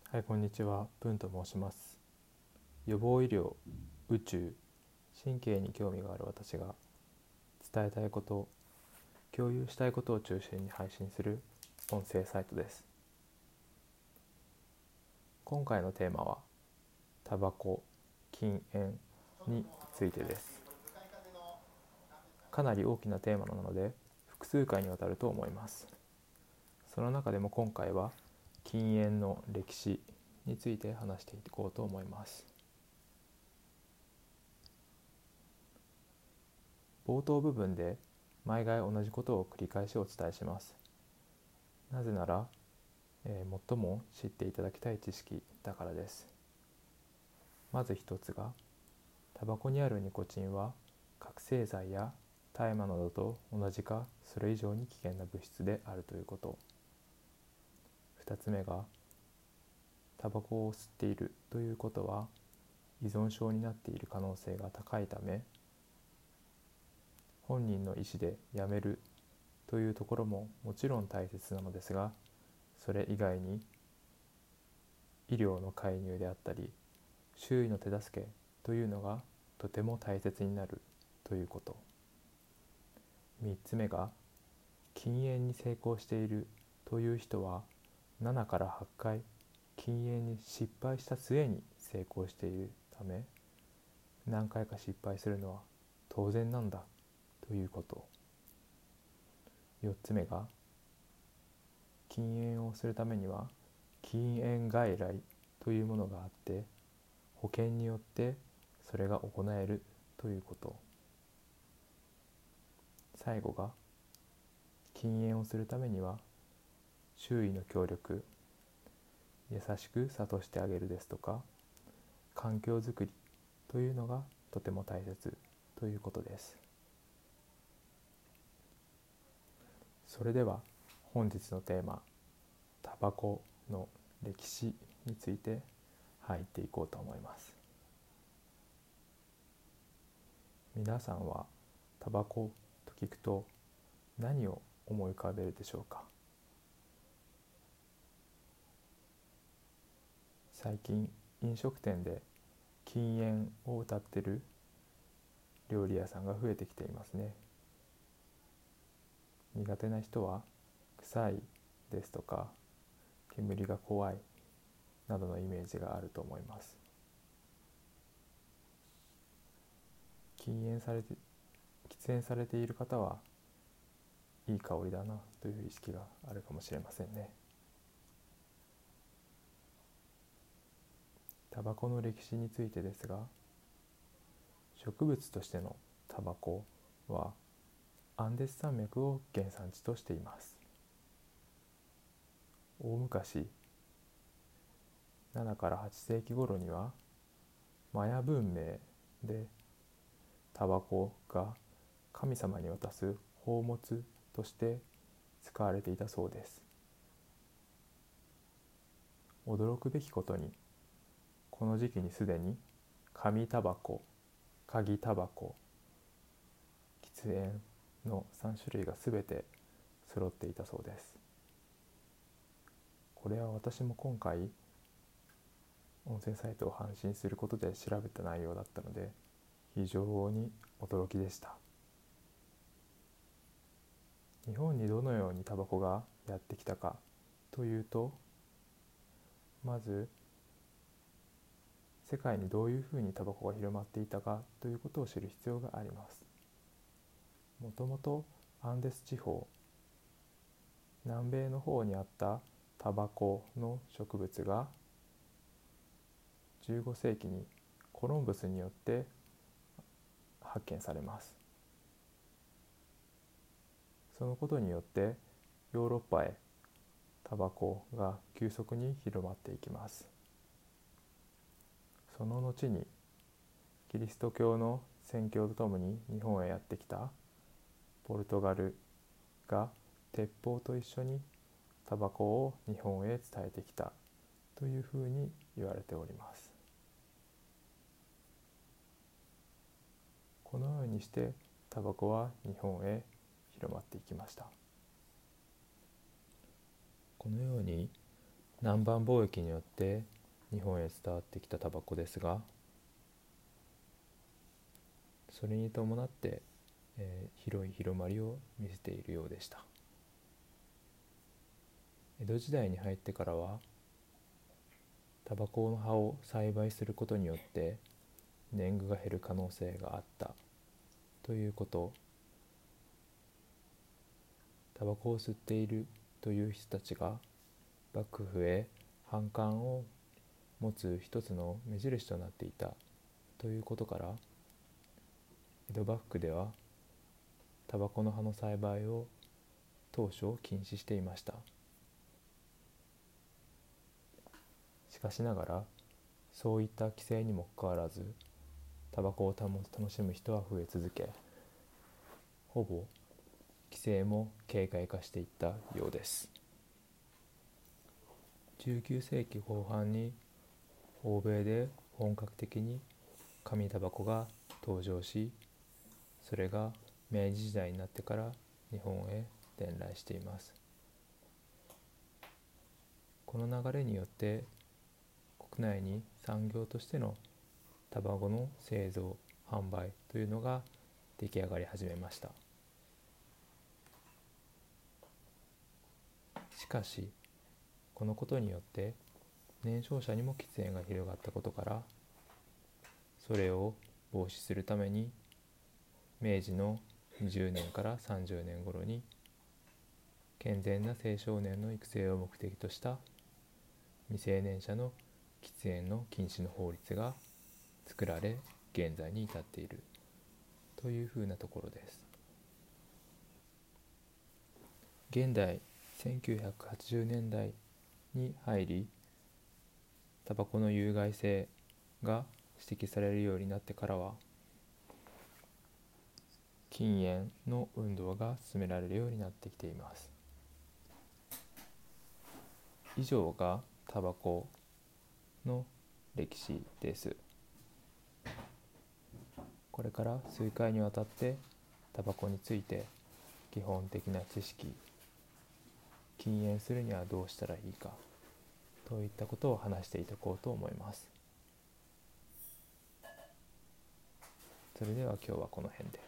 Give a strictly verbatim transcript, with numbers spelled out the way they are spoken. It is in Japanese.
はい、こんにちは。プンと申します。予防医療、宇宙、神経に興味がある私が伝えたいこと、共有したいことを中心に配信する音声サイトです。今回のテーマは、タバコ、禁煙についてです。かなり大きなテーマなので、複数回にわたると思います。その中でも今回は、禁煙の歴史について話していこうと思います。冒頭部分で毎回同じことを繰り返しお伝えします。なぜなら、えー最も知っていただきたい知識だからです。まず一つが、タバコにあるニコチンは覚醒剤や大麻などと同じかそれ以上に危険な物質であるということ。二つ目が、タバコを吸っているということは依存症になっている可能性が高いため、本人の意思でやめるというところももちろん大切なのですが、それ以外に医療の介入であったり周囲の手助けというのがとても大切になるということ。みっつめが、禁煙に成功しているという人はななからはちかい禁煙に失敗した末に成功しているため、何回か失敗するのは当然なんだということ。よっつめが、禁煙をするためには禁煙外来というものがあって、保険によってそれが行えるということ。最後が、禁煙をするためには周囲の協力、優しく諭してあげるですとか環境づくりというのがとても大切ということです。それでは本日のテーマ、タバコの歴史について入っていこうと思います。皆さんはタバコと聞くと何を思い浮かべるでしょうか。最近飲食店で禁煙を謳っている料理屋さんが増えてきていますね。苦手な人は臭いですとか煙が怖いなどのイメージがあると思います。禁煙されて喫煙されている方はいい香りだなという意識があるかもしれませんね。タバコの歴史についてですが、植物としてのタバコはアンデス山脈を原産地としています。大昔、ななからはちせいき頃にはマヤ文明でタバコが神様に渡す宝物として使われていたそうです。驚くべきことに、この時期にすでに紙タバコ、鍵タバコ、喫煙のさんしゅるいがすべて揃っていたそうです。これは私も今回音声サイトを配信することで調べた内容だったので非常に驚きでした。日本にどのようにタバコがやってきたかというと、まず世界にどういうふうにタバコが広まっていたかということを知る必要があります。もともとアンデス地方、南米の方にあったタバコの植物がじゅうごせいきにコロンブスによって発見されます。そのことによってヨーロッパへタバコが急速に広まっていきます。その後にキリスト教の宣教とともに日本へやってきたポルトガルが鉄砲と一緒にタバコを日本へ伝えてきたというふうに言われております。このようにしてタバコは日本へ広まっていきました。このように南蛮貿易によって日本へ伝わってきたタバコですが、それに伴って、えー広い広まりを見せているようでした。江戸時代に入ってからは、タバコの葉を栽培することによって年貢が減る可能性があったということ、タバコを吸っているという人たちが幕府へ反感を持つ一つの目印となっていたということから、江戸幕府ではタバコの葉の栽培を当初禁止していました。しかしながら、そういった規制にもかかわらずタバコを楽しむ人は増え続け、ほぼ規制も軽快化していったようです。じゅうきゅうせいきこう半に欧米で本格的に紙タバコが登場し、それが明治時代になってから日本へ伝来しています。この流れによって国内に産業としてのタバコの製造販売というのが出来上がり始めました。しかしこのことによって年少者にも喫煙が広がったことから、それを防止するために明治のにじゅうねんからさんじゅうねん頃に健全な青少年の育成を目的とした未成年者の喫煙の禁止の法律が作られ、現在に至っているというふうなところです。現代せんきゅうひゃくはちじゅうねんだいに入り、タバコの有害性が指摘されるようになってからは、禁煙の運動が進められるようになってきています。以上がタバコの歴史です。これから数回にわたってタバコについて基本的な知識、禁煙するにはどうしたらいいかといったことを話していこうと思います。それでは今日はこの辺で。